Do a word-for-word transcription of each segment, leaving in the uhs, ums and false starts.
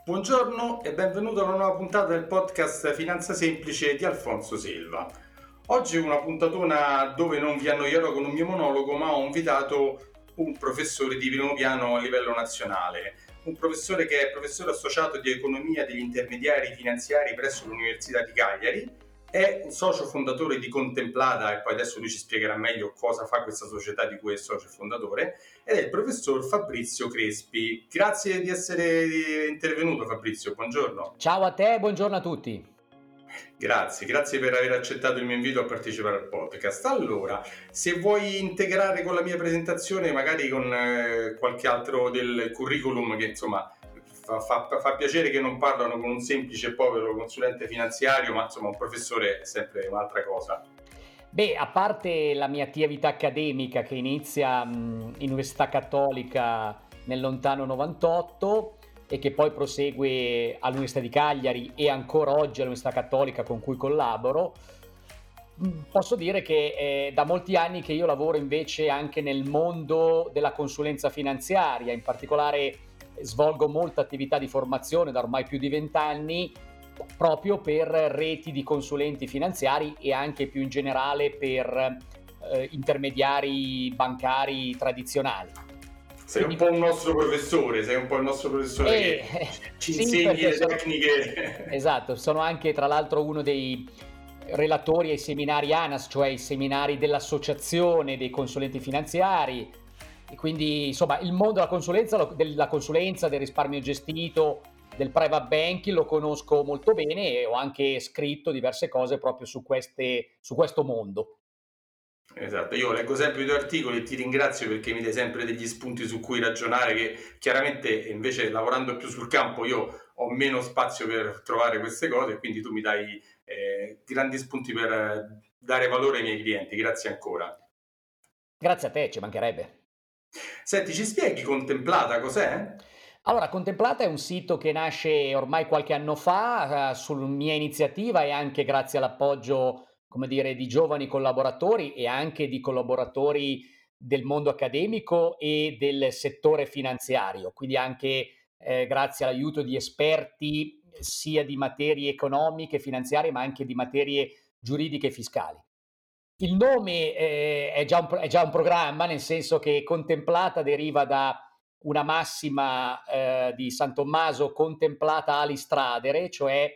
Buongiorno e benvenuto a una nuova puntata del podcast Finanza Semplice di Alfonso Selva. Oggi una puntatona dove non vi annoierò con un mio monologo, ma ho invitato un professore di primo piano a livello nazionale, un professore che è professore associato di economia degli intermediari finanziari presso l'Università di Cagliari, è un socio fondatore di Contemplata e poi adesso lui ci spiegherà meglio cosa fa questa società di cui è socio fondatore, ed è il professor Fabrizio Crespi. Grazie di essere intervenuto, Fabrizio, buongiorno. Ciao a te, buongiorno a tutti. Grazie, grazie per aver accettato il mio invito a partecipare al podcast. Allora, se vuoi integrare con la mia presentazione, magari con eh, qualche altro del curriculum che insomma fa, fa, fa piacere che non parlano con un semplice e povero consulente finanziario, ma insomma un professore è sempre un'altra cosa. Beh, a parte la mia attività accademica che inizia mh, in Università Cattolica nel lontano novantotto e che poi prosegue all'Università di Cagliari e ancora oggi all'Università Cattolica con cui collaboro, mh, posso dire che è da molti anni che io lavoro invece anche nel mondo della consulenza finanziaria, in particolare svolgo molta attività di formazione da ormai più di vent'anni proprio per reti di consulenti finanziari e anche più in generale per eh, intermediari bancari tradizionali. Sei un po' un nostro professore, sei un po' il nostro professore Eh, che ci sì, insegni perché le sono, tecniche. esatto, sono anche tra l'altro uno dei relatori ai seminari ANAS, cioè i seminari dell'Associazione dei Consulenti Finanziari. E quindi insomma il mondo della consulenza, della consulenza, del risparmio gestito, del private banking lo conosco molto bene e ho anche scritto diverse cose proprio su, queste, su questo mondo. Esatto, io leggo sempre i tuoi articoli e ti ringrazio perché mi dai sempre degli spunti su cui ragionare, che chiaramente invece lavorando più sul campo io ho meno spazio per trovare queste cose, e quindi tu mi dai eh, grandi spunti per eh, dare valore ai miei clienti. Grazie ancora. Grazie a te, ci mancherebbe. Senti, ci spieghi Contemplata cos'è? Allora, Contemplata è un sito che nasce ormai qualche anno fa, eh, su mia iniziativa e anche grazie all'appoggio, come dire, di giovani collaboratori e anche di collaboratori del mondo accademico e del settore finanziario, quindi anche eh, grazie all'aiuto di esperti sia di materie economiche, finanziarie, ma anche di materie giuridiche e fiscali. Il nome eh, è, già un, è già un programma, nel senso che Contemplata deriva da una massima eh, di San Tommaso, contemplata alis tradere, cioè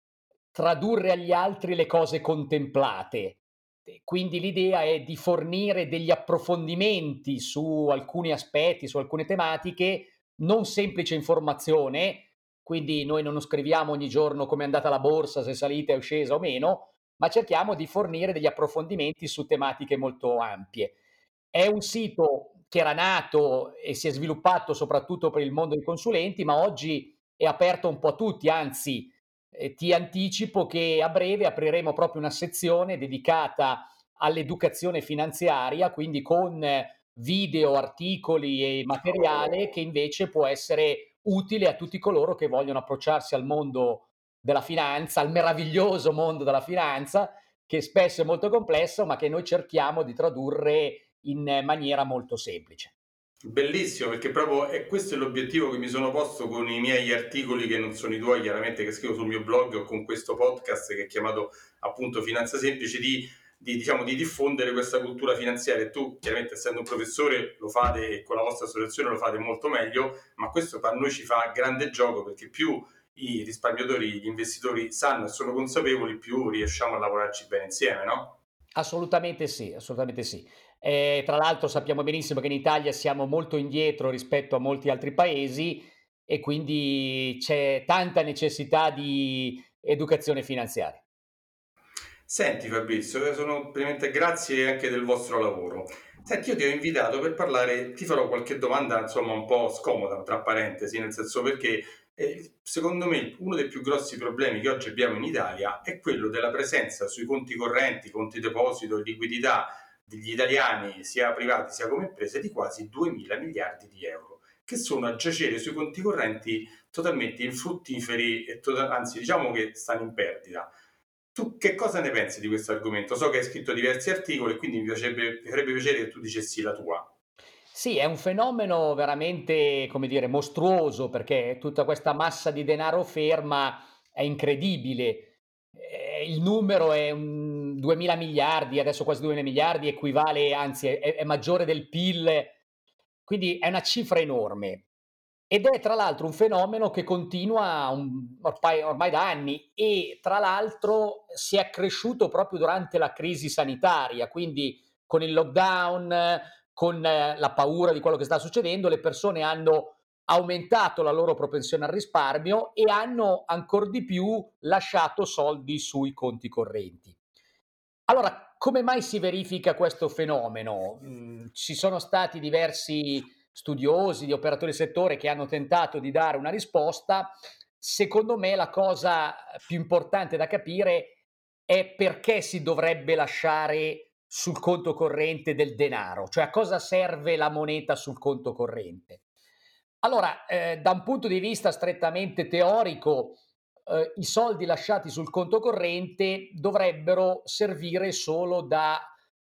tradurre agli altri le cose contemplate. Quindi l'idea è di fornire degli approfondimenti su alcuni aspetti, su alcune tematiche, non semplice informazione, quindi noi non scriviamo ogni giorno come è andata la borsa, se è salita, è scesa o meno, ma cerchiamo di fornire degli approfondimenti su tematiche molto ampie. È un sito che era nato e si è sviluppato soprattutto per il mondo dei consulenti, ma oggi è aperto un po' a tutti, anzi eh, ti anticipo che a breve apriremo proprio una sezione dedicata all'educazione finanziaria, quindi con video, articoli e materiale che invece può essere utile a tutti coloro che vogliono approcciarsi al mondo della finanza, al meraviglioso mondo della finanza, che spesso è molto complesso, ma che noi cerchiamo di tradurre in maniera molto semplice. Bellissimo, perché proprio è questo è l'obiettivo che mi sono posto con i miei articoli, che non sono i tuoi, chiaramente, che scrivo sul mio blog, o con questo podcast che è chiamato appunto Finanza Semplice, di, di, diciamo, di diffondere questa cultura finanziaria. E tu, chiaramente, essendo un professore, lo fate, e con la vostra associazione lo fate molto meglio, ma questo per noi ci fa grande gioco, perché più i risparmiatori, gli investitori sanno e sono consapevoli, più riusciamo a lavorarci bene insieme, no? Assolutamente sì, assolutamente sì. Eh, tra l'altro sappiamo benissimo che in Italia siamo molto indietro rispetto a molti altri paesi e quindi c'è tanta necessità di educazione finanziaria. Senti Fabrizio, sono veramente grazie anche del vostro lavoro. Senti, io ti ho invitato per parlare, ti farò qualche domanda insomma un po' scomoda, tra parentesi, nel senso perché eh, secondo me uno dei più grossi problemi che oggi abbiamo in Italia è quello della presenza sui conti correnti, conti deposito e liquidità degli italiani, sia privati sia come imprese, di quasi duemila miliardi di euro, che sono a giacere sui conti correnti totalmente infruttiferi e to- anzi diciamo che stanno in perdita. Tu che cosa ne pensi di questo argomento? So che hai scritto diversi articoli, quindi mi piacerebbe, mi farebbe piacere che tu dicessi la tua. Sì, è un fenomeno veramente, come dire, mostruoso, perché tutta questa massa di denaro ferma è incredibile. Ehm, il numero è un duemila miliardi, adesso quasi duemila miliardi, equivale, anzi è è maggiore del P I L, quindi è una cifra enorme. Ed è tra l'altro un fenomeno che continua un orpai ormai da anni e tra l'altro si è accresciuto proprio durante la crisi sanitaria, quindi con il lockdown, con eh, la paura di quello che sta succedendo, le persone hanno aumentato la loro propensione al risparmio e hanno ancor di più lasciato soldi sui conti correnti. Allora, come mai si verifica questo fenomeno? Mhmm, ci sono stati diversi studiosi, di operatori del settore che hanno tentato di dare una risposta. Secondo me la cosa più importante da capire è perché si dovrebbe lasciare sul conto corrente del denaro, cioè a cosa serve la moneta sul conto corrente. Allora, ehm, da un punto di vista strettamente teorico, uhm, i soldi lasciati sul conto corrente dovrebbero servire solo da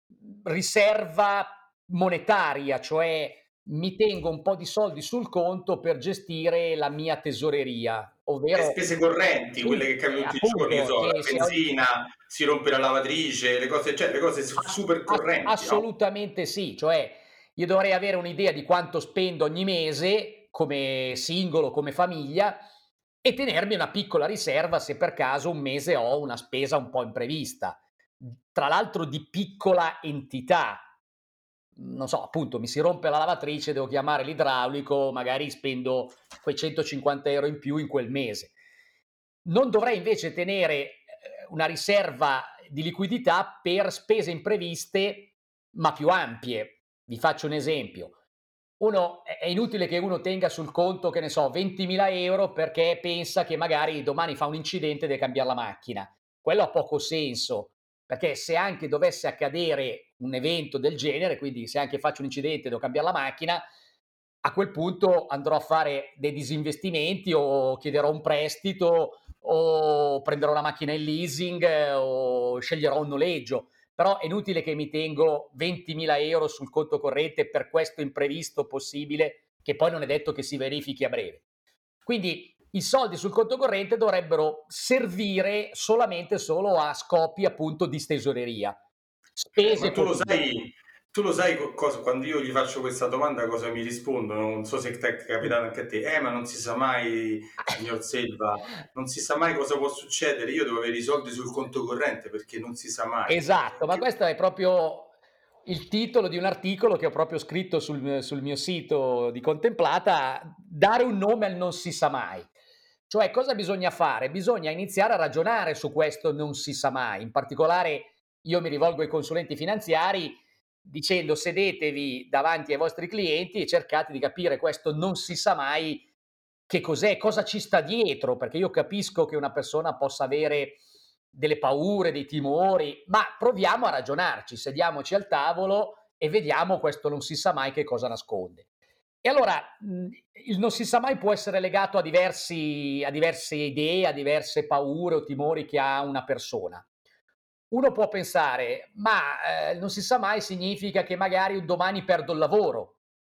riserva monetaria, cioè mi tengo un po' di soldi sul conto per gestire la mia tesoreria, Le ovvero spese correnti, quelle sì, che capitano ehm, tutti i giorni, che appunto, so, la che se ho benzina, si rompe la lavatrice, le cose, cioè le cose su A super as correnti, no? assolutamente sì, cioè io dovrei avere un'idea di quanto spendo ogni mese come singolo, come famiglia e tenermi una piccola riserva se per caso un mese ho una spesa un po' imprevista. Tra l'altro di piccola entità. Non so, appunto, mi si rompe la lavatrice, devo chiamare l'idraulico, magari spendo quei centocinquanta euro in più in quel mese. Non dovrei invece tenere, ehm, una riserva di liquidità per spese impreviste, ma più ampie. Vi faccio un esempio: uno è è inutile che uno tenga sul conto, che ne so, ventimila euro perché pensa che magari domani fa un incidente e deve cambiar la macchina. Quello ha poco senso, perché se anche dovesse accadere un evento del genere, quindi se anche faccio un incidente e devo cambiar la macchina, a quel punto andrò a fare dei disinvestimenti o chiederò un prestito o prenderò la macchina in leasing eh, o sceglierò un noleggio. Però è inutile che mi tengo ventimila euro sul conto corrente per questo imprevisto possibile, che poi non è detto che si verifichi a breve. Quindi i soldi sul conto corrente dovrebbero servire solamente solo a scopi appunto di tesoreria, Eh, ma spese tu lo quotidiane. sai, tu lo sai co- cosa, quando io gli faccio questa domanda cosa mi rispondono? Non so se ti è capitato anche a te. Eh, ma non si sa mai, signor Selva, non si sa mai cosa può succedere. Io devo avere i soldi sul conto corrente perché non si sa mai. Esatto, Eh, ma che- questo è proprio il titolo di un articolo che ho proprio scritto sul, sul mio sito di Contemplata, dare un nome al non si sa mai. Cioè, cosa bisogna fare? Bisogna iniziare a ragionare su questo non si sa mai. In particolare, io mi rivolgo ai consulenti finanziari dicendo sedetevi davanti ai vostri clienti e cercate di capire questo non si sa mai che cos'è, cosa ci sta dietro, perché io capisco che una persona possa avere delle paure, dei timori, ma proviamo a ragionarci, sediamoci al tavolo e vediamo questo non si sa mai che cosa nasconde. E allora mh, il non si sa mai può essere legato a, diversi, a diverse idee, a diverse paure o timori che ha una persona. Uno può pensare, ma eh, non si sa mai significa che magari un domani perdo il lavoro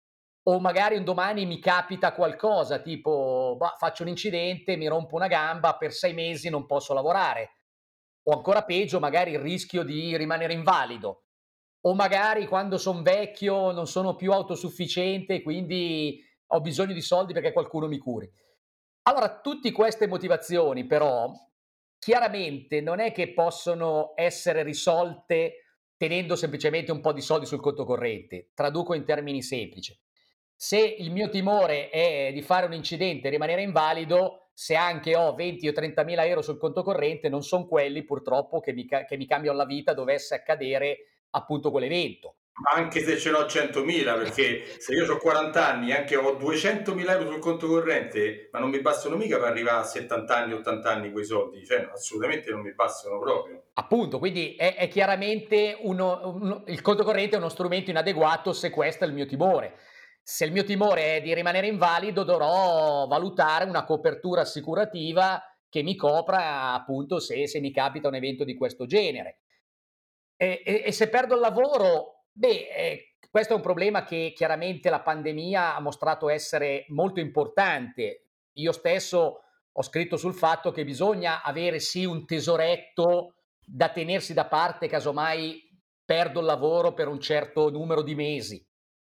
o magari un domani mi capita qualcosa, tipo bah, faccio un incidente, mi rompo una gamba, per sei mesi non posso lavorare. O ancora peggio, magari il rischio di rimanere invalido. O magari quando son vecchio non sono più autosufficiente, quindi ho bisogno di soldi perché qualcuno mi curi. Allora, tutti queste motivazioni però, chiaramente non è che possono essere risolte tenendo semplicemente un po' di soldi sul conto corrente. Traduco in termini semplici. Se il mio timore è di fare un incidente e rimanere invalido, se anche ho venti o trentamila euro sul conto corrente, non son quelli purtroppo che mi ca che mi cambiano la vita dovesse accadere appunto quell'evento. Ma anche se ce n'ho centomila, perché se io ho quaranta anni e anche ho duecentomila euro sul conto corrente, ma non mi bastano mica per arrivare a settanta anni, ottanta anni quei soldi, cioè assolutamente non mi bastano proprio. Appunto, quindi è è chiaramente uno uno il conto corrente è uno strumento inadeguato se questo è il mio timore. Se il mio timore è di rimanere invalido, dovrò valutare una copertura assicurativa che mi copra appunto se se mi capita un evento di questo genere. E e e se perdo il lavoro Beh, ehm, questo è un problema che chiaramente la pandemia ha mostrato essere molto importante. Io stesso ho scritto sul fatto che bisogna avere sì un tesoretto da tenersi da parte casomai perdo il lavoro per un certo numero di mesi.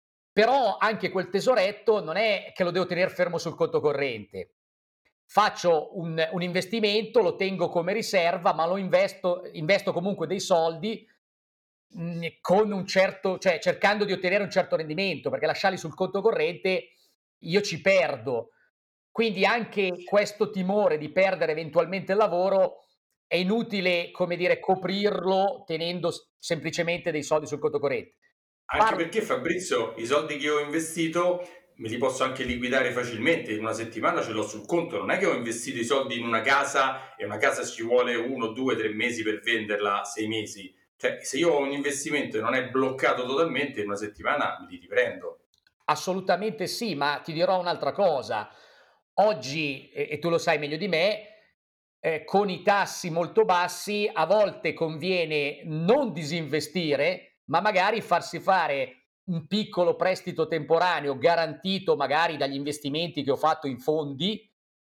Però anche quel tesoretto non è che lo devo tener fermo sul conto corrente. Faccio un un investimento, lo tengo come riserva, ma lo investo investo comunque dei soldi, mhmm, con un certo cioè cercando di ottenere un certo rendimento, perché lasciarli sul conto corrente io ci perdo. Quindi anche questo timore di perdere eventualmente il lavoro è inutile, come dire, coprirlo tenendo s semplicemente dei soldi sul conto corrente. Anche Parlo perché Fabrizio, i soldi che ho investito me li posso anche liquidare facilmente, in una settimana ce l'ho sul conto, non è che ho investito i soldi in una casa e una casa ci vuole uno, due, tre mesi per venderla, sei mesi. Cioè, se io ho un investimento e non è bloccato totalmente, in una settimana me li riprendo. Assolutamente sì, ma ti dirò un'altra cosa. Oggi, e e tu lo sai meglio di me, ehm, con i tassi molto bassi a volte conviene non disinvestire, ma magari farsi fare un piccolo prestito temporaneo garantito magari dagli investimenti che ho fatto in fondi,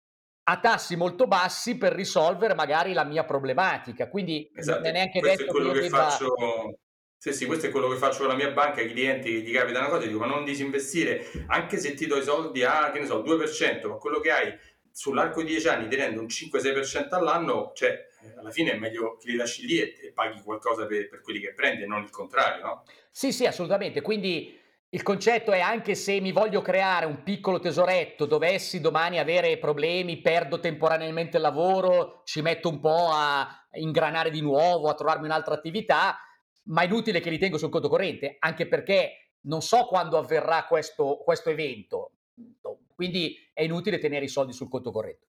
a tassi molto bassi per risolvere magari la mia problematica. Quindi non Esatto, è e neanche questo è detto che quello io che debba. faccio. Sì, sì, questo è quello che faccio con la mia banca, ai clienti che gli capita una cosa, dico, ma non disinvestire, anche se ti do i soldi a, che ne so, il due per cento, ma quello che hai sull'arco di dieci anni tenendo un cinque sei per cento all'anno, cioè, eh, alla fine è meglio che li lasci lì e, e paghi qualcosa per, per quelli che prendi e non il contrario, no? Sì, sì, assolutamente. Quindi il concetto è anche se mi voglio creare un piccolo tesoretto, dovessi domani avere problemi, perdo temporaneamente il lavoro, ci metto un po' a ingranare di nuovo, a trovarmi un'altra attività, ma è inutile che li tengo sul conto corrente, anche perché non so quando avverrà questo, questo evento. Quindi è inutile tenere i soldi sul conto corrente.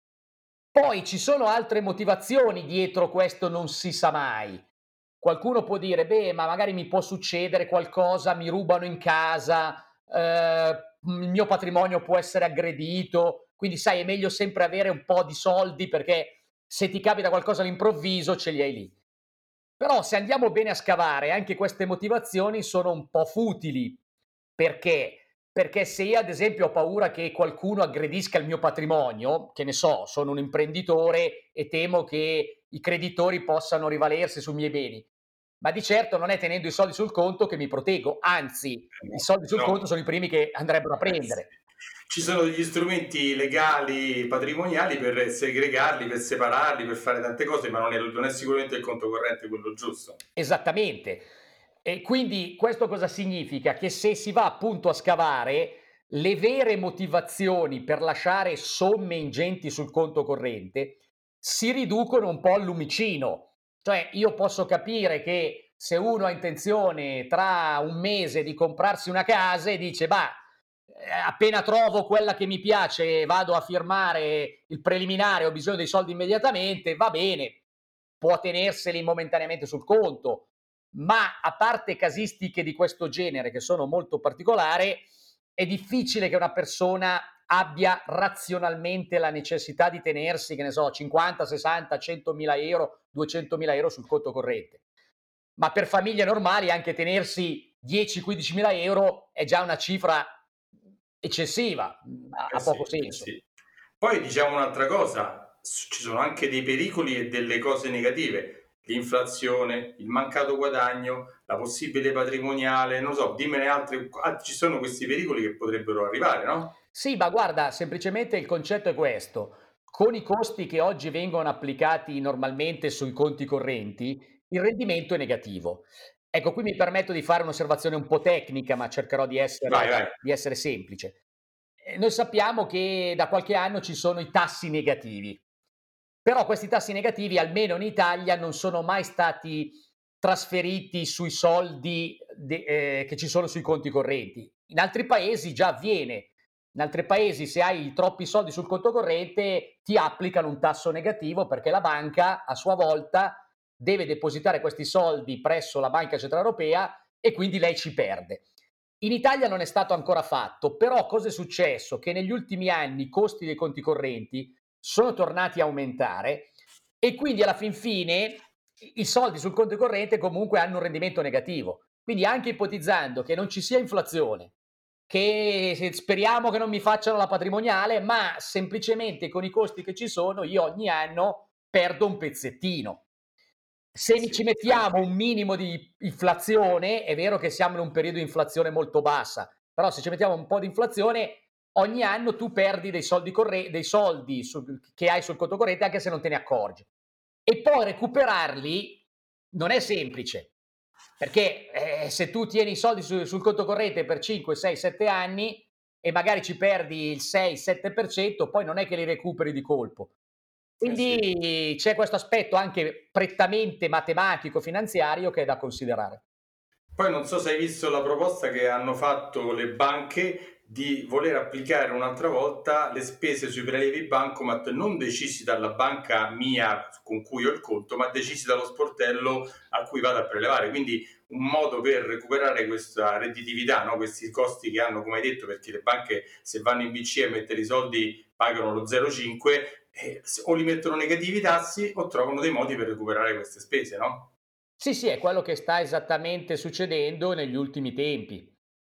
Poi ci sono altre motivazioni dietro questo non si sa mai. Qualcuno può dire: "Beh, ma magari mi può succedere qualcosa, mi rubano in casa, ehm, il mio patrimonio può essere aggredito". Quindi sai, è meglio sempre avere un po' di soldi perché se ti capita qualcosa all'improvviso ce li hai lì. Però se andiamo bene a scavare, anche queste motivazioni sono un po' futili. Perché? Perché se io ad esempio ho paura che qualcuno aggredisca il mio patrimonio, che ne so, sono un imprenditore e temo che i creditori possano rivalersi sui miei beni, ma di certo non è tenendo i soldi sul conto che mi proteggo, anzi Eh, i no, soldi sul conto no. sono i primi che andrebbero a Eh, sì. prendere. Ci sono degli strumenti legali, patrimoniali per segregarli, per separarli, per fare tante cose, ma non è, non è sicuramente il conto corrente quello giusto. Esattamente. E quindi questo cosa significa? Che se si va appunto a scavare, le vere motivazioni per lasciare somme ingenti sul conto corrente si riducono un po' al lumicino. Cioè io posso capire che se uno ha intenzione tra un mese di comprarsi una casa e dice: "Bah, eh, appena trovo quella che mi piace vado a firmare il preliminare, ho bisogno dei soldi immediatamente", va bene, può tenerseli momentaneamente sul conto, ma a parte casistiche di questo genere che sono molto particolari, è difficile che una persona abbia razionalmente la necessità di tenersi, che ne so, cinquanta, sessanta, centomila euro, duecentomila euro sul conto corrente. Ma per famiglie normali anche tenersi dieci quindici mila euro è già una cifra eccessiva, ha, Eh ha poco sì, eh senso. sì. Poi diciamo un'altra cosa, s- ci sono anche dei pericoli e delle cose negative, l'inflazione, il mancato guadagno, la possibile patrimoniale, non so, dimmene altre, ah, ci sono questi pericoli che potrebbero arrivare, no? Sì, ma guarda, semplicemente il concetto è questo. Con i costi che oggi vengono applicati normalmente sui conti correnti, il rendimento è negativo. Ecco, qui mi permetto di fare un'osservazione un po' tecnica, ma cercherò di essere, Vai, vai. di essere semplice. Eh, Noi sappiamo che da qualche anno ci sono i tassi negativi, però questi tassi negativi, almeno in Italia, non sono mai stati trasferiti sui soldi de- eh, che ci sono sui conti correnti. In altri paesi già avviene. In altri paesi, se hai troppi soldi sul conto corrente, ti applicano un tasso negativo perché la banca, a sua volta, deve depositare questi soldi presso la Banca Centrale Europea e quindi lei ci perde. In Italia non è stato ancora fatto, però cosa è successo? Che negli ultimi anni i costi dei conti correnti sono tornati a aumentare e quindi alla fin fine i soldi sul conto corrente comunque hanno un rendimento negativo. Quindi anche ipotizzando che non ci sia inflazione, che se speriamo che non mi facciano la patrimoniale, ma semplicemente con i costi che ci sono io ogni anno perdo un pezzettino. Se mi ci Sì, mettiamo un senti. minimo di inflazione, è vero che siamo in un periodo di inflazione molto bassa, però se ci mettiamo un po' di inflazione, ogni anno tu perdi dei soldi, corre- dei soldi sul- che hai sul conto corrente anche se non te ne accorgi. E poi recuperarli non è semplice, perché eh, se tu tieni i soldi su- sul conto corrente per cinque, sei, sette anni e magari ci perdi il sei sette per cento, poi non è che li recuperi di colpo. Eh sì. Quindi c'è questo aspetto anche prettamente matematico finanziario che è da considerare. Poi non so se hai visto la proposta che hanno fatto le banche di voler applicare un'altra volta le spese sui prelievi bancomat non decisi dalla banca mia con cui ho il conto, ma decisi dallo sportello a cui vado a prelevare. Quindi un modo per recuperare questa redditività, no? Questi costi che hanno, come hai detto, perché le banche se vanno in B C e a mettere i soldi pagano lo zero virgola cinque, eh, o li mettono negativi i tassi o trovano dei modi per recuperare queste spese, no? Sì, sì, è quello che sta esattamente succedendo negli ultimi tempi.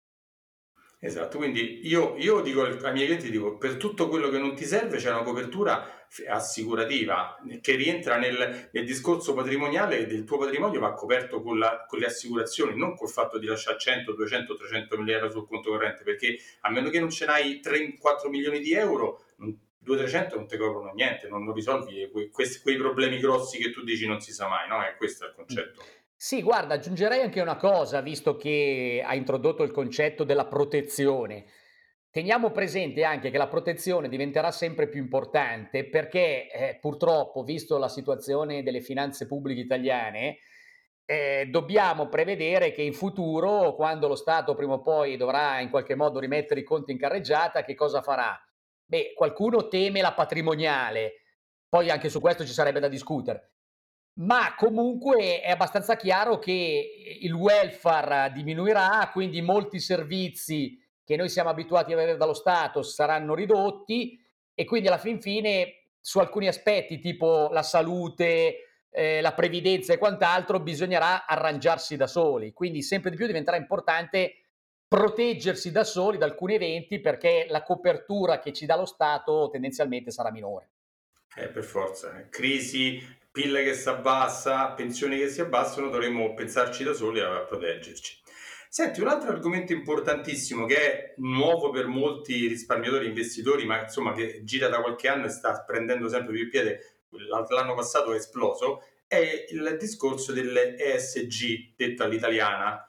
Esatto, quindi io, io dico ai miei clienti, dico, per tutto quello che non ti serve c'è una copertura f- assicurativa che rientra nel, nel discorso patrimoniale e del tuo patrimonio va coperto con, la- con le assicurazioni, non col fatto di lasciare cento, duecento, trecento mila euro sul conto corrente, perché a meno che non ce n'hai tre quattro milioni di euro, due trecento non ti coprono niente, non, non risolvi que- questi- quei problemi grossi che tu dici non si sa mai, no? E questo è il Mh. concetto. Sì, guarda, aggiungerei anche una cosa, visto che hai introdotto il concetto della protezione. Teniamo presente anche che la protezione diventerà sempre più importante perché, eh, purtroppo, visto la situazione delle finanze pubbliche italiane, eh, dobbiamo prevedere che in futuro, quando lo Stato prima o poi dovrà in qualche modo rimettere i conti in carreggiata, che cosa farà? Beh, qualcuno teme la patrimoniale, poi anche su questo ci sarebbe da discutere. Ma comunque è abbastanza chiaro che il welfare diminuirà, quindi molti servizi che noi siamo abituati a avere dallo Stato saranno ridotti e quindi alla fin fine su alcuni aspetti tipo la salute, eh, la previdenza e quant'altro bisognerà arrangiarsi da soli. Quindi sempre di più diventerà importante proteggersi da soli da alcuni eventi perché la copertura che ci dà lo Stato tendenzialmente sarà minore. Eh, per forza, eh. Crisi, P I L che si abbassa, pensioni che si abbassano, dovremmo pensarci da soli a, a proteggerci. Senti, un altro argomento importantissimo che è nuovo per molti risparmiatori e investitori, ma insomma che gira da qualche anno e sta prendendo sempre più piede, l'anno passato è esploso, è il discorso delle E S G, detto all'italiana.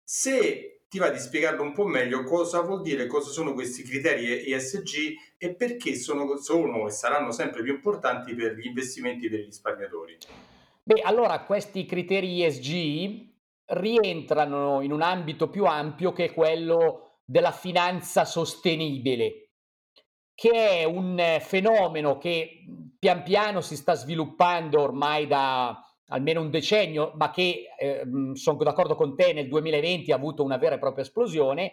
Se ti va di spiegarlo un po' meglio, cosa vuol dire, cosa sono questi criteri E S G e perché sono, sono e saranno sempre più importanti per gli investimenti dei risparmiatori. Beh, allora questi criteri E S G rientrano in un ambito più ampio che è quello della finanza sostenibile, che è un eh, fenomeno che mh, pian piano si sta sviluppando ormai da almeno un decennio, ma che, ehm, sono d'accordo con te, nel duemilaventi ha avuto una vera e propria esplosione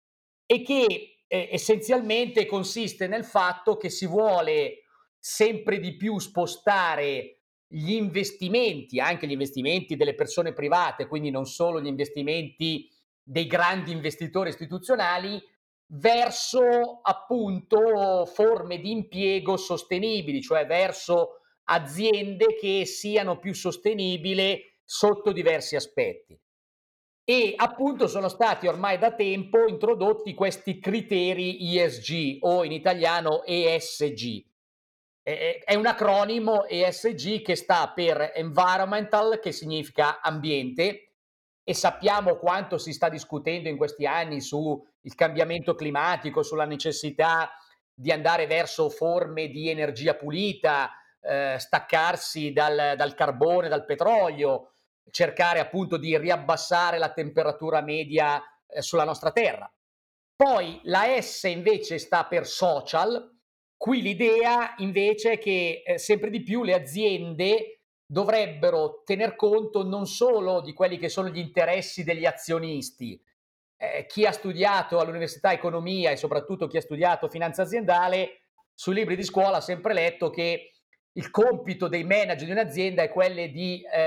e che eh, essenzialmente consiste nel fatto che si vuole sempre di più spostare gli investimenti, anche gli investimenti delle persone private, quindi non solo gli investimenti dei grandi investitori istituzionali, verso appunto forme di impiego sostenibili, cioè verso aziende che siano più sostenibili sotto diversi aspetti. E appunto sono stati ormai da tempo introdotti questi criteri E S G o in italiano E S G. È è un acronimo E S G che sta per environmental, che significa ambiente, e sappiamo quanto si sta discutendo in questi anni sul cambiamento climatico, sulla necessità di andare verso forme di energia pulita, eh, staccarsi dal, dal carbone, dal petrolio, cercare appunto di riabbassare la temperatura media eh, sulla nostra terra. Poi la S invece sta per social. Qui l'idea invece è che eh, sempre di più le aziende dovrebbero tener conto non solo di quelli che sono gli interessi degli azionisti. Eh, chi ha studiato all'università economia e soprattutto chi ha studiato finanza aziendale, sui libri di scuola ha sempre letto che il compito dei manager di un'azienda è quello di eh,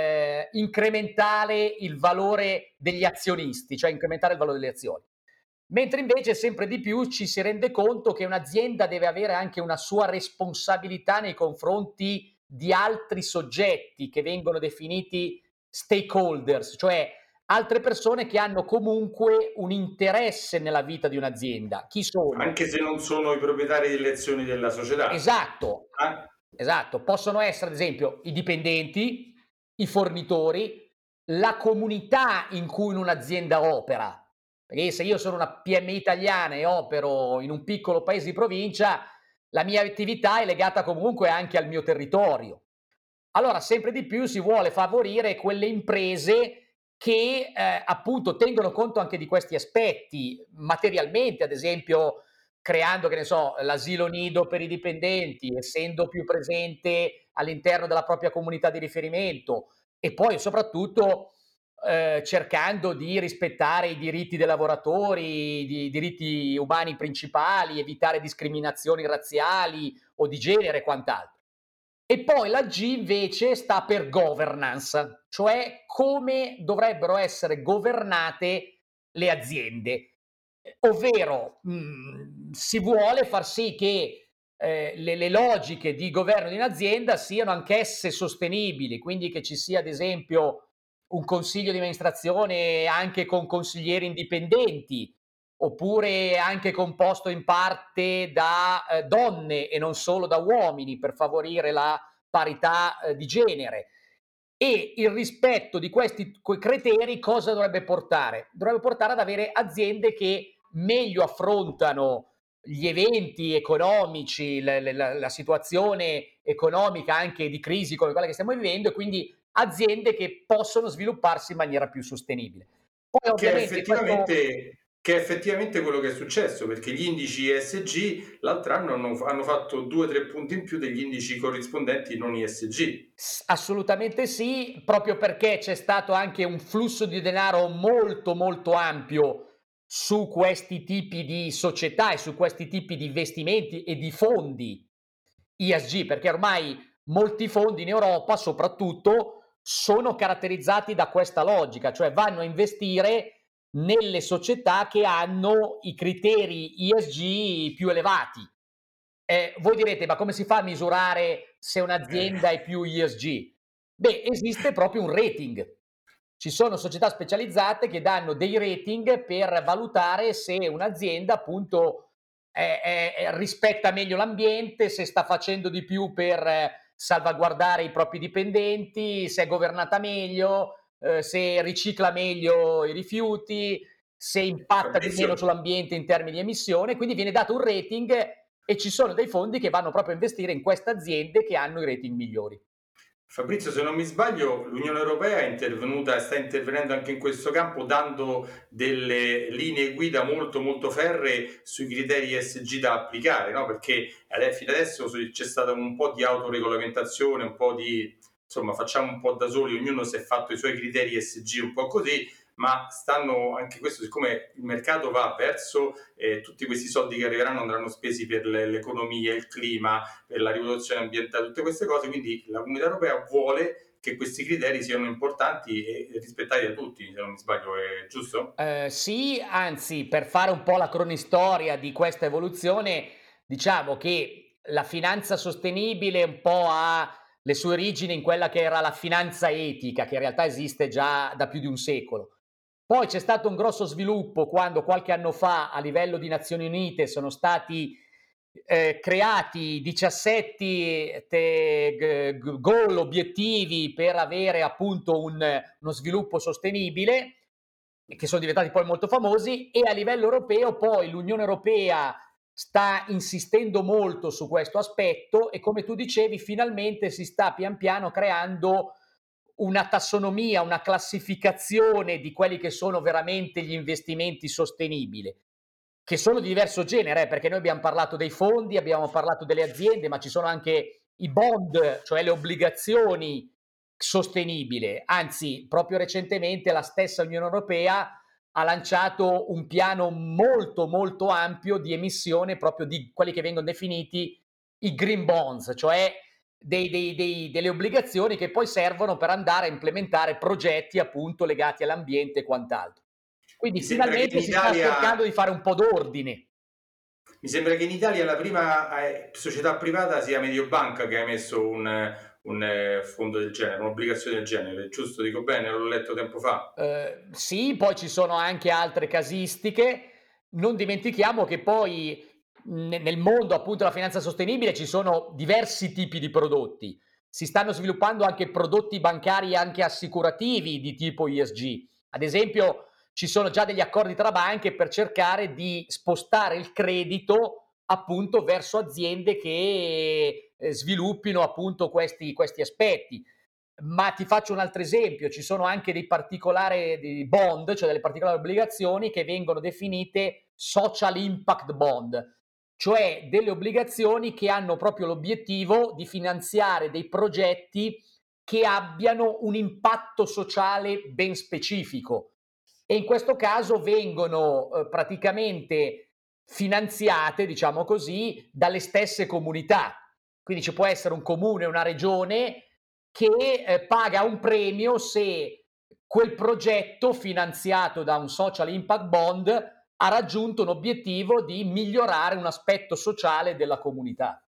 eh, incrementare il valore degli azionisti, cioè incrementare il valore delle azioni. Mentre invece sempre di più ci si rende conto che un'azienda deve avere anche una sua responsabilità nei confronti di altri soggetti che vengono definiti stakeholders, cioè altre persone che hanno comunque un interesse nella vita di un'azienda. Chi sono? Anche se non sono i proprietari delle azioni della società. Esatto, Ah, esatto. Possono essere, ad esempio, i dipendenti, i fornitori, la comunità in cui un'azienda opera. Perché se io sono una P M I italiana e opero in un piccolo paese di provincia, la mia attività è legata comunque anche al mio territorio. Allora, sempre di più si vuole favorire quelle imprese che eh, appunto tengono conto anche di questi aspetti materialmente, ad esempio creando, che ne so, l'asilo nido per i dipendenti, essendo più presente all'interno della propria comunità di riferimento e poi soprattutto eh, cercando di rispettare i diritti dei lavoratori, i diritti umani principali, evitare discriminazioni razziali o di genere e quant'altro. E poi la G invece sta per governance, cioè come dovrebbero essere governate le aziende. Ovvero, mh, si vuole far sì che eh, le, le logiche di governo di un'azienda siano anch'esse sostenibili, quindi che ci sia ad esempio un consiglio di amministrazione anche con consiglieri indipendenti, oppure anche composto in parte da eh, donne e non solo da uomini per favorire la parità eh, di genere. E il rispetto di questi criteri cosa dovrebbe portare? Dovrebbe portare ad avere aziende che meglio affrontano gli eventi economici, la, la, la situazione economica anche di crisi come quella che stiamo vivendo, e quindi aziende che possono svilupparsi in maniera più sostenibile. Poi che è ovviamente questo. effettivamente, che è effettivamente quello che è successo, perché gli indici E S G l'altro anno hanno, hanno fatto due o tre punti in più degli indici corrispondenti non E S G. Assolutamente sì, proprio perché c'è stato anche un flusso di denaro molto molto ampio su questi tipi di società e su questi tipi di investimenti e di fondi E S G, perché ormai molti fondi in Europa soprattutto sono caratterizzati da questa logica, cioè vanno a investire nelle società che hanno i criteri E S G più elevati. Eh, voi direte, ma come si fa a misurare se Eh, un'azienda è più E S G? Beh, esiste proprio un rating. Ci sono società specializzate che danno dei rating per valutare se un'azienda appunto eh, eh, rispetta meglio l'ambiente, se sta facendo di più per eh, salvaguardare i propri dipendenti, se è governata meglio, eh, se ricicla meglio i rifiuti, se impatta di meno Fabrizio, sull'ambiente in termini di emissione, quindi viene dato un rating e ci sono dei fondi che vanno proprio a investire in queste aziende che hanno i rating migliori. Fabrizio, se non mi sbaglio, l'Unione Europea è intervenuta e sta intervenendo anche in questo campo, dando delle linee guida molto molto ferree sui criteri E S G da applicare, no? Perché fino adesso c'è stata un po' di autoregolamentazione, un po' di, insomma, facciamo un po' da soli, ognuno si è fatto i suoi criteri E S G un po' così, ma stanno anche questo, siccome il mercato va verso eh, tutti questi soldi che arriveranno andranno spesi per le, l'economia, il clima, per la rivoluzione ambientale, tutte queste cose, quindi la Comunità Europea vuole che questi criteri siano importanti e rispettati da tutti, se non mi sbaglio, è giusto? Eh, sì, anzi, per fare un po' la cronistoria di questa evoluzione, diciamo che la finanza sostenibile un po' ha le sue origini in quella che era la finanza etica, che in realtà esiste già da più di un secolo. Poi c'è stato un grosso sviluppo quando qualche anno fa a livello di Nazioni Unite sono stati eh, creati diciassette te, g- goal, obiettivi per avere appunto un, uno sviluppo sostenibile, che sono diventati poi molto famosi, e a livello europeo poi l'Unione Europea sta insistendo molto su questo aspetto e, come tu dicevi, finalmente si sta pian piano creando una tassonomia, una classificazione di quelli che sono veramente gli investimenti sostenibili, che sono di diverso genere, eh, perché noi abbiamo parlato dei fondi, abbiamo parlato delle aziende, ma ci sono anche i bond, cioè le obbligazioni sostenibili. Anzi, proprio recentemente la stessa Unione Europea ha lanciato un piano molto molto ampio di emissione proprio di quelli che vengono definiti i green bonds, cioè dei dei dei delle obbligazioni che poi servono per andare a implementare progetti, appunto, legati all'ambiente e quant'altro. Mi Quindi sembra che in finalmente si sta cercando Italia di fare un po' d'ordine. Mi sembra che in Italia la prima eh, società privata sia Mediobanca che ha emesso un, un, eh, fondo del genere, un'obbligazione del genere, giusto? Dico bene, l'ho letto tempo fa. Ehm, sì, poi ci sono anche altre casistiche. Non dimentichiamo che poi ne nel mondo, appunto, della finanza sostenibile ci sono diversi tipi di prodotti. Si stanno sviluppando anche prodotti bancari, anche assicurativi di tipo E S G. Ad esempio, ci sono già degli accordi tra banche per cercare di spostare il credito, appunto, verso aziende che, ehm, sviluppino, appunto, questi questi aspetti. Ma ti faccio un altro esempio: ci sono anche dei particolari di bond, cioè delle particolari obbligazioni che vengono definite social impact bond, cioè delle obbligazioni che hanno proprio l'obiettivo di finanziare dei progetti che abbiano un impatto sociale ben specifico. E in questo caso vengono eh, praticamente finanziate, diciamo così, dalle stesse comunità. Quindi ci può essere un comune, una regione che eh, paga un premio se quel progetto finanziato da un social impact bond ha raggiunto un obiettivo di migliorare un aspetto sociale della comunità.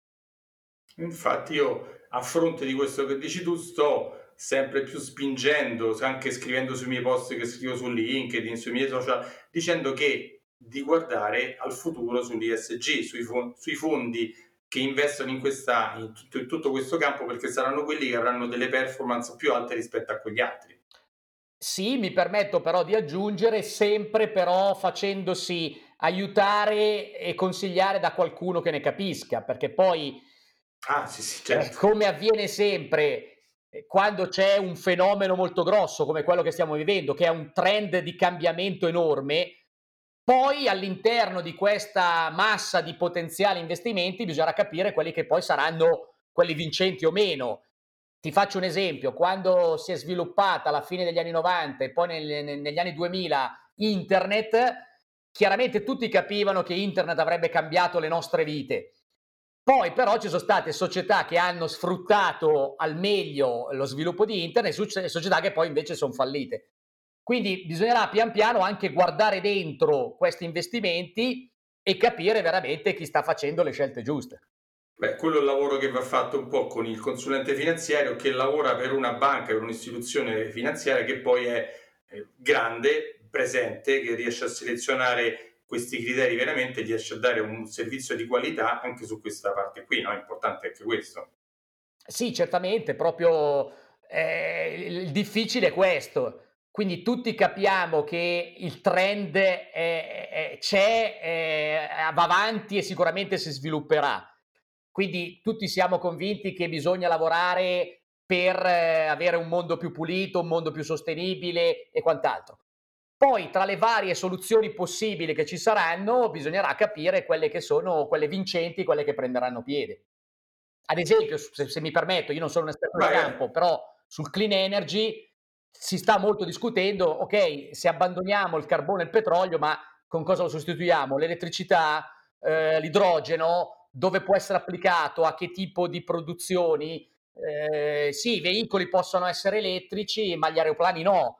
Infatti io, a fronte di questo che dici tu, sto sempre più spingendo, anche scrivendo sui miei post che scrivo su LinkedIn, sui miei social, dicendo che di guardare al futuro sull'I S G, sui, fo- sui fondi che investono in, questa, in, tutto, in tutto questo campo, perché saranno quelli che avranno delle performance più alte rispetto a quegli altri. Sì, mi permetto però di aggiungere, sempre però facendosi aiutare e consigliare da qualcuno che ne capisca, perché poi, Ah, sì, sì, eh, certo. come avviene sempre, eh, quando c'è un fenomeno molto grosso come quello che stiamo vivendo, che è un trend di cambiamento enorme, poi all'interno di questa massa di potenziali investimenti bisognerà capire quelli che poi saranno quelli vincenti o meno. Ti faccio un esempio: quando si è sviluppata alla fine degli anni novanta e poi nel- nel- negli anni duemila internet, chiaramente tutti capivano che internet avrebbe cambiato le nostre vite. Poi però ci sono state società che hanno sfruttato al meglio lo sviluppo di internet e società che poi invece sono fallite. Quindi bisognerà pian piano anche guardare dentro questi investimenti e capire veramente chi sta facendo le scelte giuste. Beh, quello è il lavoro che va fatto un po' con il consulente finanziario che lavora per una banca, per un'istituzione finanziaria che poi è eh, grande, presente, che riesce a selezionare questi criteri veramente, riesce a dare un servizio di qualità anche su questa parte qui, no? È importante anche questo. Sì, certamente, proprio eh, il difficile è questo. Quindi tutti capiamo che il trend è- è- è- c'è, è- va avanti e sicuramente si svilupperà. Quindi tutti siamo convinti che bisogna lavorare per eh, avere un mondo più pulito, un mondo più sostenibile e quant'altro. Poi, tra le varie soluzioni possibili che ci saranno, bisognerà capire quelle che sono quelle vincenti, quelle che prenderanno piede. Ad esempio, se, se mi permetto, io non sono un esperto del Vai, vai. campo, però sul clean energy si sta molto discutendo, ok, se abbandoniamo il carbone e il petrolio, ma con cosa lo sostituiamo? L'elettricità, eh, l'idrogeno, dove può essere applicato, a che tipo di produzioni? Eh, sì, i veicoli possono essere elettrici, ma gli aeroplani no.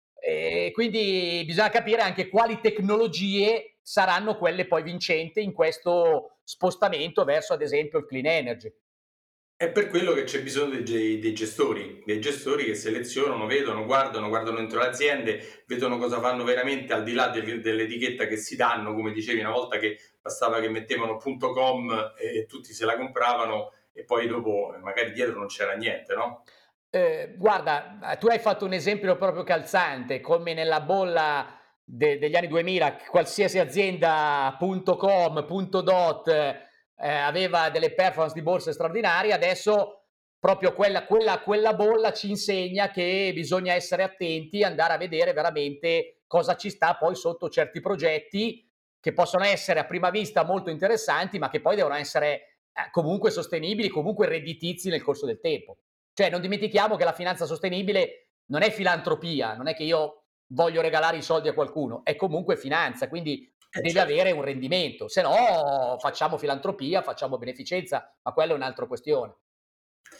E quindi bisogna capire anche quali tecnologie saranno quelle poi vincenti in questo spostamento verso, ad esempio, il clean energy. È per quello che c'è bisogno dei, ge- dei gestori, dei gestori che selezionano, vedono, guardano, guardano dentro le aziende, vedono cosa fanno veramente al di là del- dell'etichetta che si danno, come dicevi una volta che bastava che mettevano .com e tutti se la compravano e poi dopo eh, magari dietro non c'era niente, no? Eh, guarda, eh, tu hai fatto un esempio proprio calzante, come nella bolla de- degli anni duemila, qualsiasi azienda .com, .dot eh, aveva delle performance di borsa straordinarie, adesso proprio quella, quella, quella bolla ci insegna che bisogna essere attenti, andare a vedere veramente cosa ci sta poi sotto certi progetti che possono essere a prima vista molto interessanti, ma che poi devono essere eh, comunque sostenibili, comunque redditizi nel corso del tempo. Cioè, non dimentichiamo che la finanza sostenibile non è filantropia, non è che io voglio regalare i soldi a qualcuno, è comunque finanza, quindi Eh deve certo. avere un rendimento, se no facciamo filantropia, facciamo beneficenza, ma quella è un'altra questione.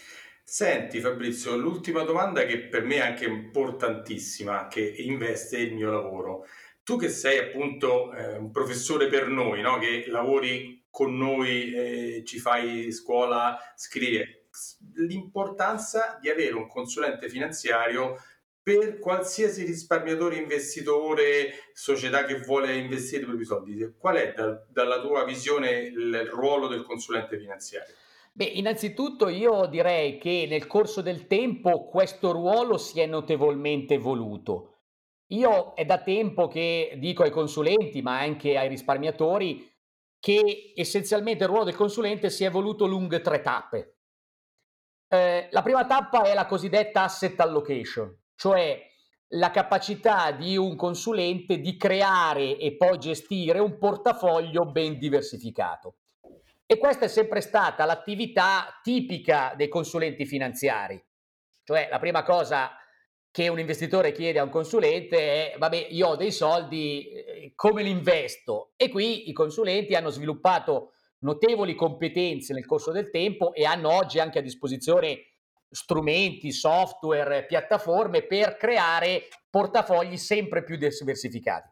Senti Fabrizio, l'ultima domanda che per me è anche importantissima, che investe il mio lavoro. Tu che sei appunto eh, un professore per noi, no? Che lavori con noi, eh, ci fai scuola, scrive, l'importanza di avere un consulente finanziario per qualsiasi risparmiatore, investitore, società che vuole investire i propri soldi. Qual è dal- dalla tua visione il ruolo del consulente finanziario? Beh, innanzitutto io direi che nel corso del tempo questo ruolo si è notevolmente evoluto. Io è da tempo che dico ai consulenti, ma anche ai risparmiatori, che essenzialmente il ruolo del consulente si è evoluto lungo tre tappe. Eh, la prima tappa è la cosiddetta asset allocation, cioè la capacità di un consulente di creare e poi gestire un portafoglio ben diversificato. E questa è sempre stata l'attività tipica dei consulenti finanziari. Cioè, la prima cosa che un investitore chiede a un consulente è: vabbè, io ho dei soldi, eh, come li investo? E qui i consulenti hanno sviluppato notevoli competenze nel corso del tempo e hanno oggi anche a disposizione strumenti, software, piattaforme per creare portafogli sempre più diversificati.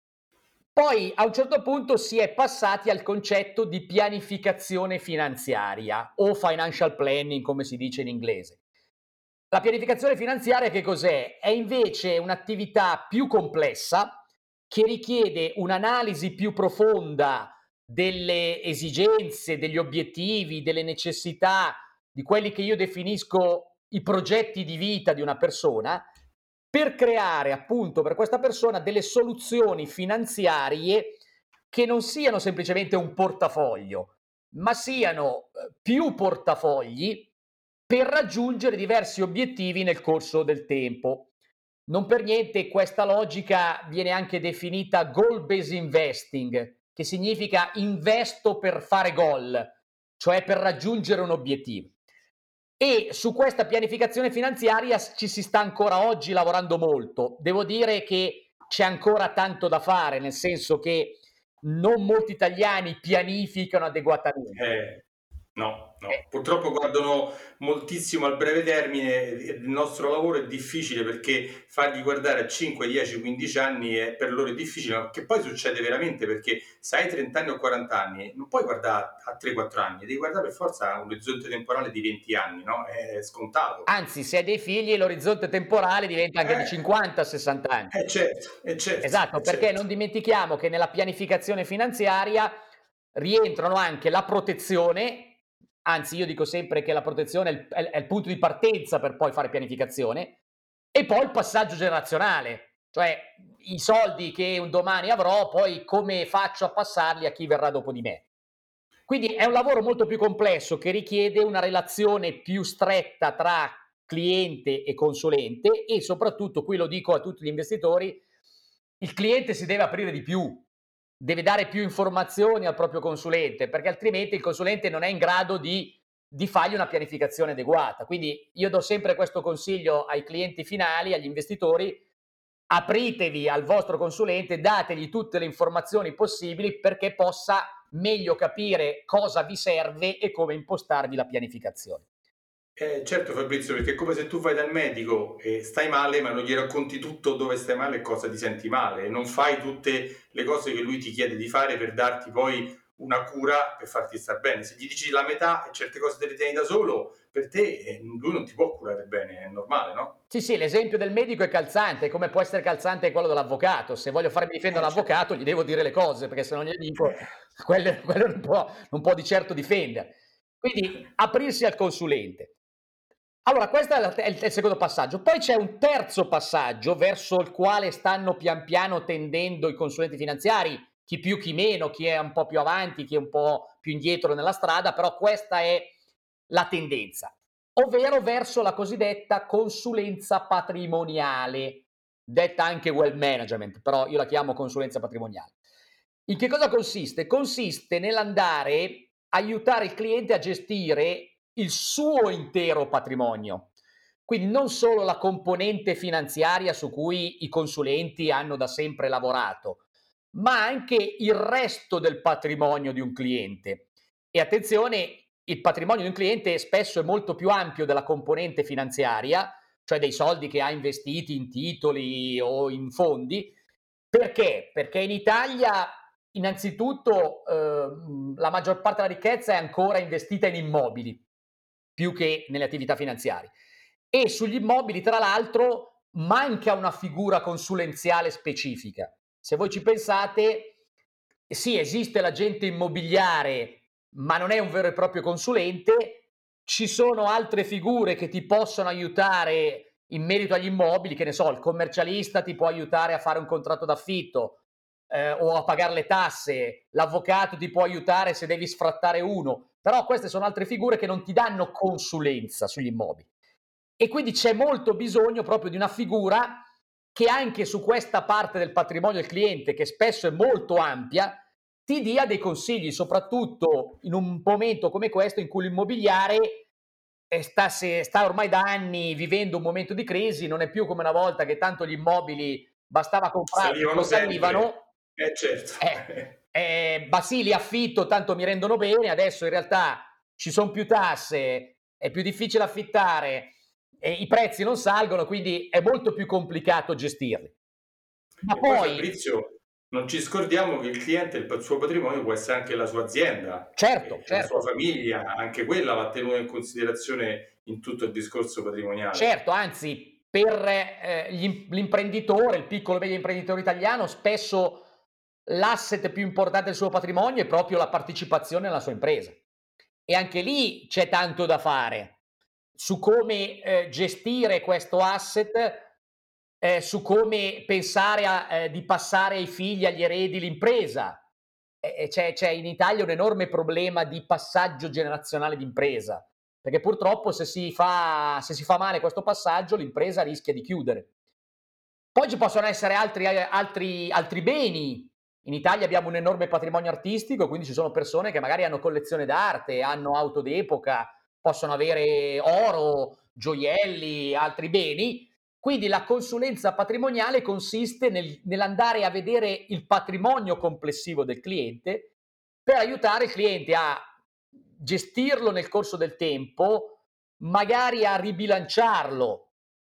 Poi a un certo punto si è passati al concetto di pianificazione finanziaria o financial planning, come si dice in inglese. La pianificazione finanziaria che cos'è? È invece un'attività più complessa che richiede un'analisi più profonda delle esigenze, degli obiettivi, delle necessità, di quelli che io definisco i progetti di vita di una persona, per creare appunto per questa persona delle soluzioni finanziarie che non siano semplicemente un portafoglio, ma siano eh, più portafogli per raggiungere diversi obiettivi nel corso del tempo. Non per niente questa logica viene anche definita goal-based investing, che significa investo per fare goal, cioè per raggiungere un obiettivo. E su questa pianificazione finanziaria ci si sta ancora oggi lavorando molto. Devo dire che c'è ancora tanto da fare, nel senso che non molti italiani pianificano adeguatamente. Eh, no, Eh, no. Purtroppo guardano moltissimo al breve termine e il nostro lavoro è difficile perché fargli guardare a cinque, dieci, quindici anni è per loro è difficile, ma che poi succede veramente perché se hai trenta anni o quaranta anni non puoi guardare a tre quattro anni, devi guardare per forza a un orizzonte temporale di venti anni, no? È scontato. Anzi, se hai dei figli, l'orizzonte temporale diventa anche di Eh, cinquanta sessanta anni. eh certo, eh certo, Esatto, eh perché certo. non dimentichiamo che nella pianificazione finanziaria rientrano anche la protezione, anzi io dico sempre che la protezione è il, è il punto di partenza per poi fare pianificazione, e poi il passaggio generazionale, cioè i soldi che un domani avrò, poi come faccio a passarli a chi verrà dopo di me. Quindi è un lavoro molto più complesso che richiede una relazione più stretta tra cliente e consulente e soprattutto, qui lo dico a tutti gli investitori, il cliente si deve aprire di più, deve dare più informazioni al proprio consulente, perché altrimenti il consulente non è in grado di, di fargli una pianificazione adeguata. Quindi io do sempre questo consiglio ai clienti finali, agli investitori: apritevi al vostro consulente, dategli tutte le informazioni possibili perché possa meglio capire cosa vi serve e come impostarvi la pianificazione. Eh, certo Fabrizio, perché è come se tu vai dal medico e stai male, ma non gli racconti tutto dove stai male e cosa ti senti male, e non fai tutte le cose che lui ti chiede di fare per darti poi una cura per farti star bene. Se gli dici la metà e certe cose te le tieni da solo, per te eh, lui non ti può curare bene, è normale, no? Sì, sì, l'esempio del medico è calzante, come può essere calzante quello dell'avvocato. Se voglio farmi difendere Eh, un certo. avvocato, gli devo dire le cose, perché se non gliele dico, Eh, quello, quello non, può, non può di certo difendere. Quindi aprirsi al consulente. Allora, questo è, la- è il è il secondo passaggio. Poi c'è un terzo passaggio verso il quale stanno pian piano tendendo i consulenti finanziari, chi più, chi meno, chi è un po' più avanti, chi è un po' più indietro nella strada, però questa è la tendenza, ovvero verso la cosiddetta consulenza patrimoniale, detta anche wealth management, però io la chiamo consulenza patrimoniale. In che cosa consiste? Consiste nell'andare a aiutare il cliente a gestire il suo intero patrimonio. Quindi non solo la componente finanziaria su cui i consulenti hanno da sempre lavorato, ma anche il resto del patrimonio di un cliente. E attenzione, il patrimonio di un cliente spesso è molto più ampio della componente finanziaria, cioè dei soldi che ha investiti in titoli o in fondi. Perché? Perché in Italia innanzitutto ehm, la maggior parte della ricchezza è ancora investita in immobili, più che nelle attività finanziarie. E sugli immobili, tra l'altro, manca una figura consulenziale specifica. Se voi ci pensate, sì, esiste l'agente immobiliare, ma non è un vero e proprio consulente. Ci sono altre figure che ti possono aiutare in merito agli immobili, che ne so, il commercialista ti può aiutare a fare un contratto d'affitto eh, o a pagare le tasse, l'avvocato ti può aiutare se devi sfrattare uno, però queste sono altre figure che non ti danno consulenza sugli immobili. E quindi c'è molto bisogno proprio di una figura che anche su questa parte del patrimonio del cliente, che spesso è molto ampia, ti dia dei consigli, soprattutto in un momento come questo in cui l'immobiliare sta, se, sta ormai da anni vivendo un momento di crisi, non è più come una volta che tanto gli immobili bastava comprarli Salivano e salivano. sempre. Eh certo. Eh, eh, Basili affitto, tanto mi rendono bene, adesso in realtà ci sono più tasse, è più difficile affittare, e i prezzi non salgono, quindi è molto più complicato gestirli. Ma E poi poi, Fabrizio, non ci scordiamo che il cliente, il suo patrimonio può essere anche la sua azienda, certo, eh, la sua certo, famiglia, anche quella va tenuta in considerazione in tutto il discorso patrimoniale. certo, anzi, per eh, gli- l'imprenditore, il piccolo e medio imprenditore italiano, spesso l'asset più importante del suo patrimonio è proprio la partecipazione alla sua impresa. E anche lì c'è tanto da fare su come eh, gestire questo asset, eh, su come pensare a, eh, di passare ai figli, agli eredi l'impresa. Eh, c'è, c'è in Italia un enorme problema di passaggio generazionale d'impresa, perché purtroppo se si fa, se si fa male questo passaggio l'impresa rischia di chiudere. Poi ci possono essere altri, altri, altri beni. In Italia abbiamo un enorme patrimonio artistico, quindi ci sono persone che magari hanno collezione d'arte, hanno auto d'epoca, possono avere oro, gioielli, altri beni. Quindi la consulenza patrimoniale consiste nel, nell'andare a vedere il patrimonio complessivo del cliente per aiutare il cliente a gestirlo nel corso del tempo, magari a ribilanciarlo.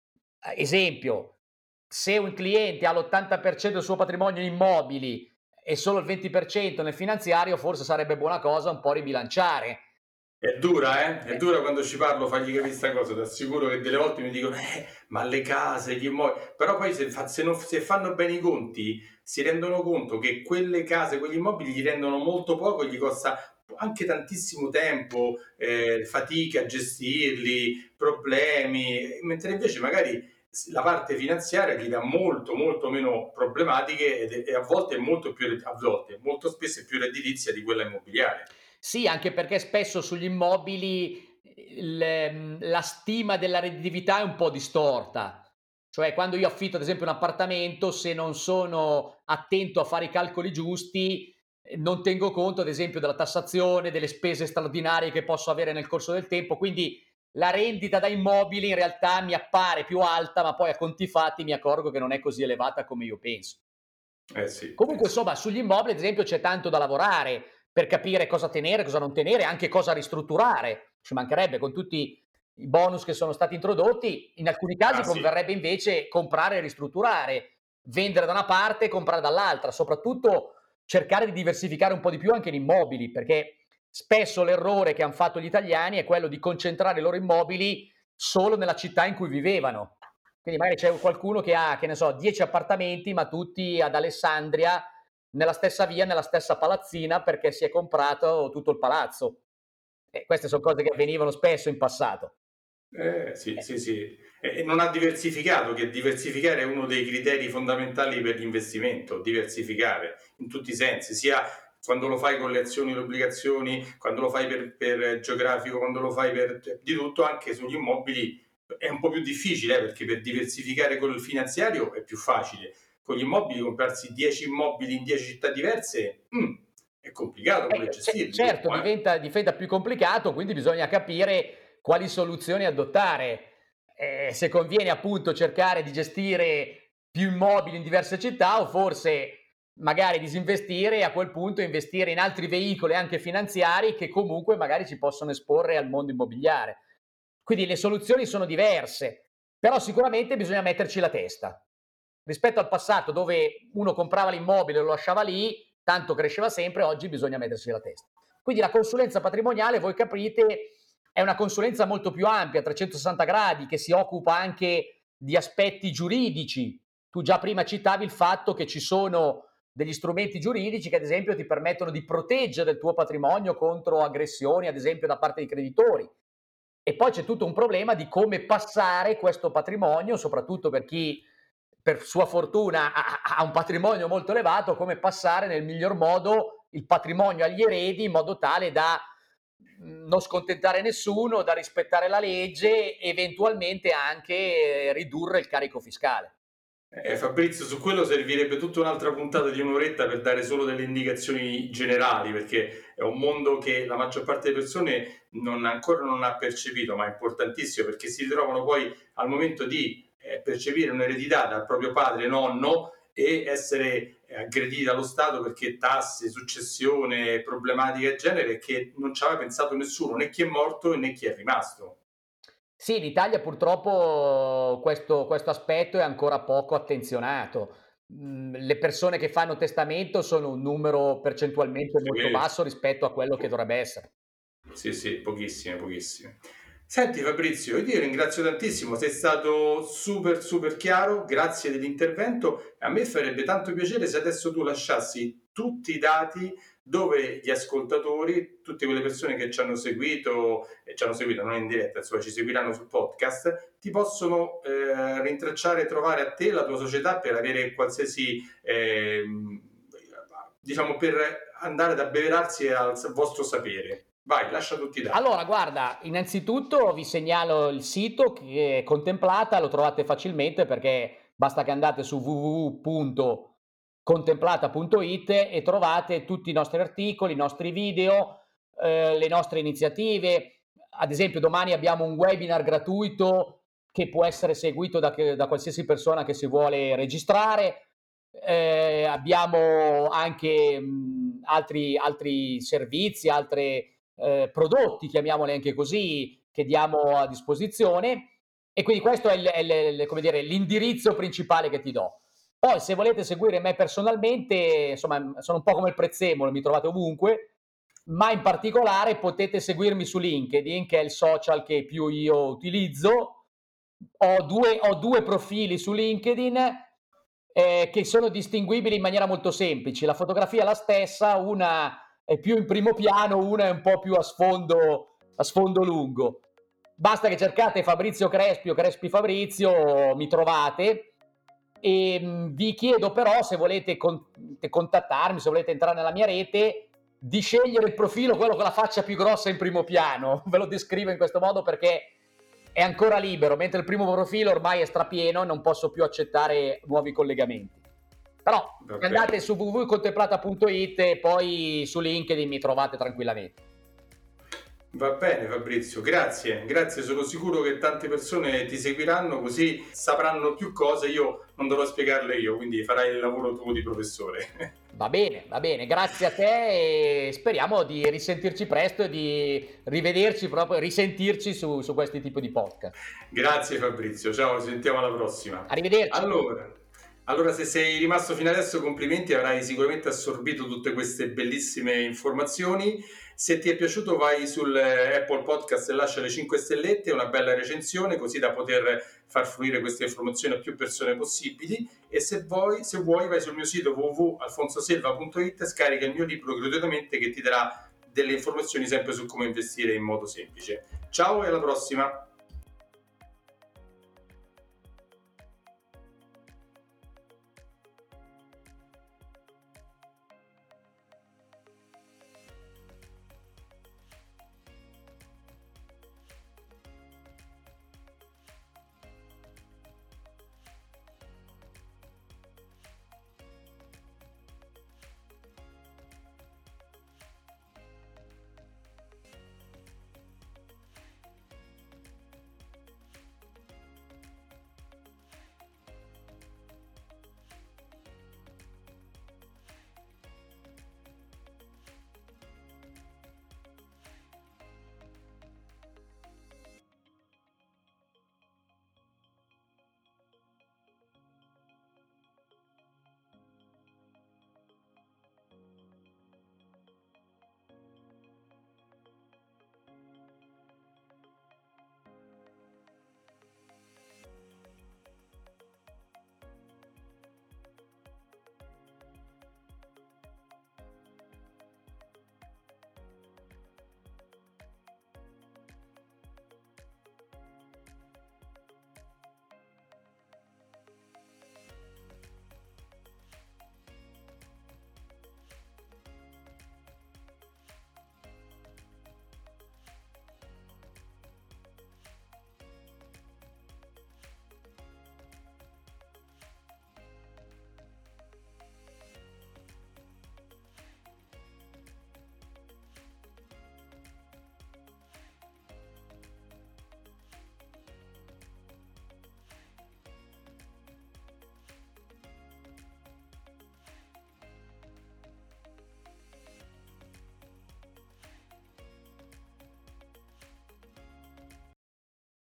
Esempio, se un cliente ha l'ottanta per cento del suo patrimonio in immobili e solo il venti per cento nel finanziario, forse sarebbe buona cosa un po' ribilanciare. È dura, eh? È Eh, dura quando ci parlo, fagli capire questa cosa, ti assicuro che delle volte mi dicono, eh, ma le case, gli immobili... Però poi se, fa- se non- se fanno bene i conti, si rendono conto che quelle case, quegli immobili gli rendono molto poco, gli costa anche tantissimo tempo, eh, fatica a gestirli, problemi, mentre invece magari la parte finanziaria gli dà molto molto meno problematiche ed è- e a volte è molto più, a volte, molto spesso è più redditizia di quella immobiliare. Sì, anche perché spesso sugli immobili il, ehm, la stima della redditività è un po' distorta. Cioè, quando io affitto, ad esempio, un appartamento, se non sono attento a fare i calcoli giusti, eh, non tengo conto, ad esempio, della tassazione, delle spese straordinarie che posso avere nel corso del tempo. Quindi la rendita da immobili in realtà mi appare più alta, ma poi a conti fatti mi accorgo che non è così elevata come io penso. Eh sì, eh Comunque, sì. insomma, sugli immobili, ad esempio, c'è tanto da lavorare per capire cosa tenere, cosa non tenere, anche cosa ristrutturare. Ci mancherebbe, con tutti i bonus che sono stati introdotti, in alcuni casi Ah sì. converrebbe invece comprare e ristrutturare, vendere da una parte e comprare dall'altra, soprattutto cercare di diversificare un po' di più anche in immobili, perché spesso l'errore che hanno fatto gli italiani è quello di concentrare i loro immobili solo nella città in cui vivevano. Quindi magari c'è qualcuno che ha, che ne so, dieci appartamenti, ma tutti ad Alessandria, nella stessa via, nella stessa palazzina, perché si è comprato tutto il palazzo. E queste sono cose che avvenivano spesso in passato. Eh, sì, Eh, sì, sì. E e non ha diversificato, che diversificare è uno dei criteri fondamentali per l'investimento, diversificare in tutti i sensi, sia quando lo fai con le azioni e le obbligazioni, quando lo fai per, per geografico, quando lo fai per di tutto, anche sugli immobili è un po' più difficile, eh, perché per diversificare con il finanziario è più facile. Con gli immobili comprarsi dieci immobili in dieci città diverse, mm, è complicato pure eh, ce- gestirli certo, dopo, eh. diventa, diventa più complicato, quindi bisogna capire quali soluzioni adottare. Eh, se conviene appunto cercare di gestire più immobili in diverse città o forse magari disinvestire e a quel punto investire in altri veicoli anche finanziari che comunque magari ci possono esporre al mondo immobiliare. Quindi le soluzioni sono diverse, però sicuramente bisogna metterci la testa. Rispetto al passato dove uno comprava l'immobile e lo lasciava lì, tanto cresceva sempre, oggi bisogna metterci la testa. Quindi la consulenza patrimoniale, voi capite, è una consulenza molto più ampia, a trecentosessanta gradi, che si occupa anche di aspetti giuridici. Tu già prima citavi il fatto che ci sono degli strumenti giuridici che ad esempio ti permettono di proteggere il tuo patrimonio contro aggressioni, ad esempio da parte dei creditori. E poi c'è tutto un problema di come passare questo patrimonio, soprattutto per chi per sua fortuna ha, ha un patrimonio molto elevato, come passare nel miglior modo il patrimonio agli eredi in modo tale da non scontentare nessuno, da rispettare la legge, eventualmente anche ridurre il carico fiscale. Eh, Fabrizio, su quello servirebbe tutta un'altra puntata di un'oretta per dare solo delle indicazioni generali, perché è un mondo che la maggior parte delle persone non, ancora non ha percepito, ma è importantissimo perché si trovano poi al momento di eh, percepire un'eredità dal proprio padre, nonno, e essere aggrediti dallo Stato perché tasse, successione, problematiche del genere che non ci aveva pensato nessuno, né chi è morto né chi è rimasto. Sì, in Italia purtroppo questo, questo aspetto è ancora poco attenzionato. Mm, Le persone che fanno testamento sono un numero percentualmente molto Sì, basso rispetto a quello che dovrebbe essere. sì, sì, pochissime, pochissime. Senti Fabrizio, io ti ringrazio tantissimo, sei stato super super chiaro, grazie dell'intervento. A me farebbe tanto piacere se adesso tu lasciassi tutti i dati dove gli ascoltatori, tutte quelle persone che ci hanno seguito, e ci hanno seguito non in diretta, insomma ci seguiranno sul podcast, ti possono eh, rintracciare, trovare a te, la tua società per avere qualsiasi, eh, diciamo, per andare ad abbeverarsi al vostro sapere. Vai, lascia tutti i dati. Allora, guarda, innanzitutto vi segnalo il sito che è Contemplata, lo trovate facilmente perché basta che andate su w w w punto contemplata punto it e trovate tutti i nostri articoli, i nostri video, eh, le nostre iniziative. Ad esempio, domani abbiamo un webinar gratuito che può essere seguito da, da qualsiasi persona che si vuole registrare. Eh, abbiamo anche mh, altri, altri servizi, altre eh, prodotti, chiamiamoli anche così, che diamo a disposizione. E quindi questo è, il, è il, come dire, l'indirizzo principale che ti do. Poi se volete seguire me personalmente, insomma, sono un po' come il prezzemolo, mi trovate ovunque, ma in particolare potete seguirmi su LinkedIn, che è il social che più io utilizzo. Ho due, ho due profili su LinkedIn eh, che sono distinguibili in maniera molto semplice. La fotografia è la stessa, una è più in primo piano, una è un po' più a sfondo, a sfondo lungo. Basta che cercate Fabrizio Crespi o Crespi Fabrizio, mi trovate. E mh, vi chiedo però, se volete con- contattarmi, se volete entrare nella mia rete, di scegliere il profilo, quello con la faccia più grossa in primo piano. Ve lo descrivo in questo modo perché è ancora libero, mentre il primo profilo ormai è strapieno e non posso più accettare nuovi collegamenti. Però andate su w w w punto contemplata punto it e poi su LinkedIn mi trovate tranquillamente. Va bene Fabrizio, grazie, grazie, sono sicuro che tante persone ti seguiranno così sapranno più cose, io non dovrò spiegarle io, quindi farai il lavoro tuo di professore. Va bene, va bene, grazie a te e speriamo di risentirci presto e di rivederci proprio, risentirci su, su questi tipi di podcast. Grazie Fabrizio, ciao, ci sentiamo alla prossima. Arrivederci. Allora, allora, se sei rimasto fino adesso, complimenti, avrai sicuramente assorbito tutte queste bellissime informazioni. Se ti è piaciuto, vai sul Apple Podcast e lascia le cinque stellette e una bella recensione, così da poter far fruire queste informazioni a più persone possibili. E se vuoi, se vuoi vai sul mio sito w w w punto alfonsoselva punto it e scarica il mio libro gratuitamente che ti darà delle informazioni sempre su come investire in modo semplice. Ciao e alla prossima!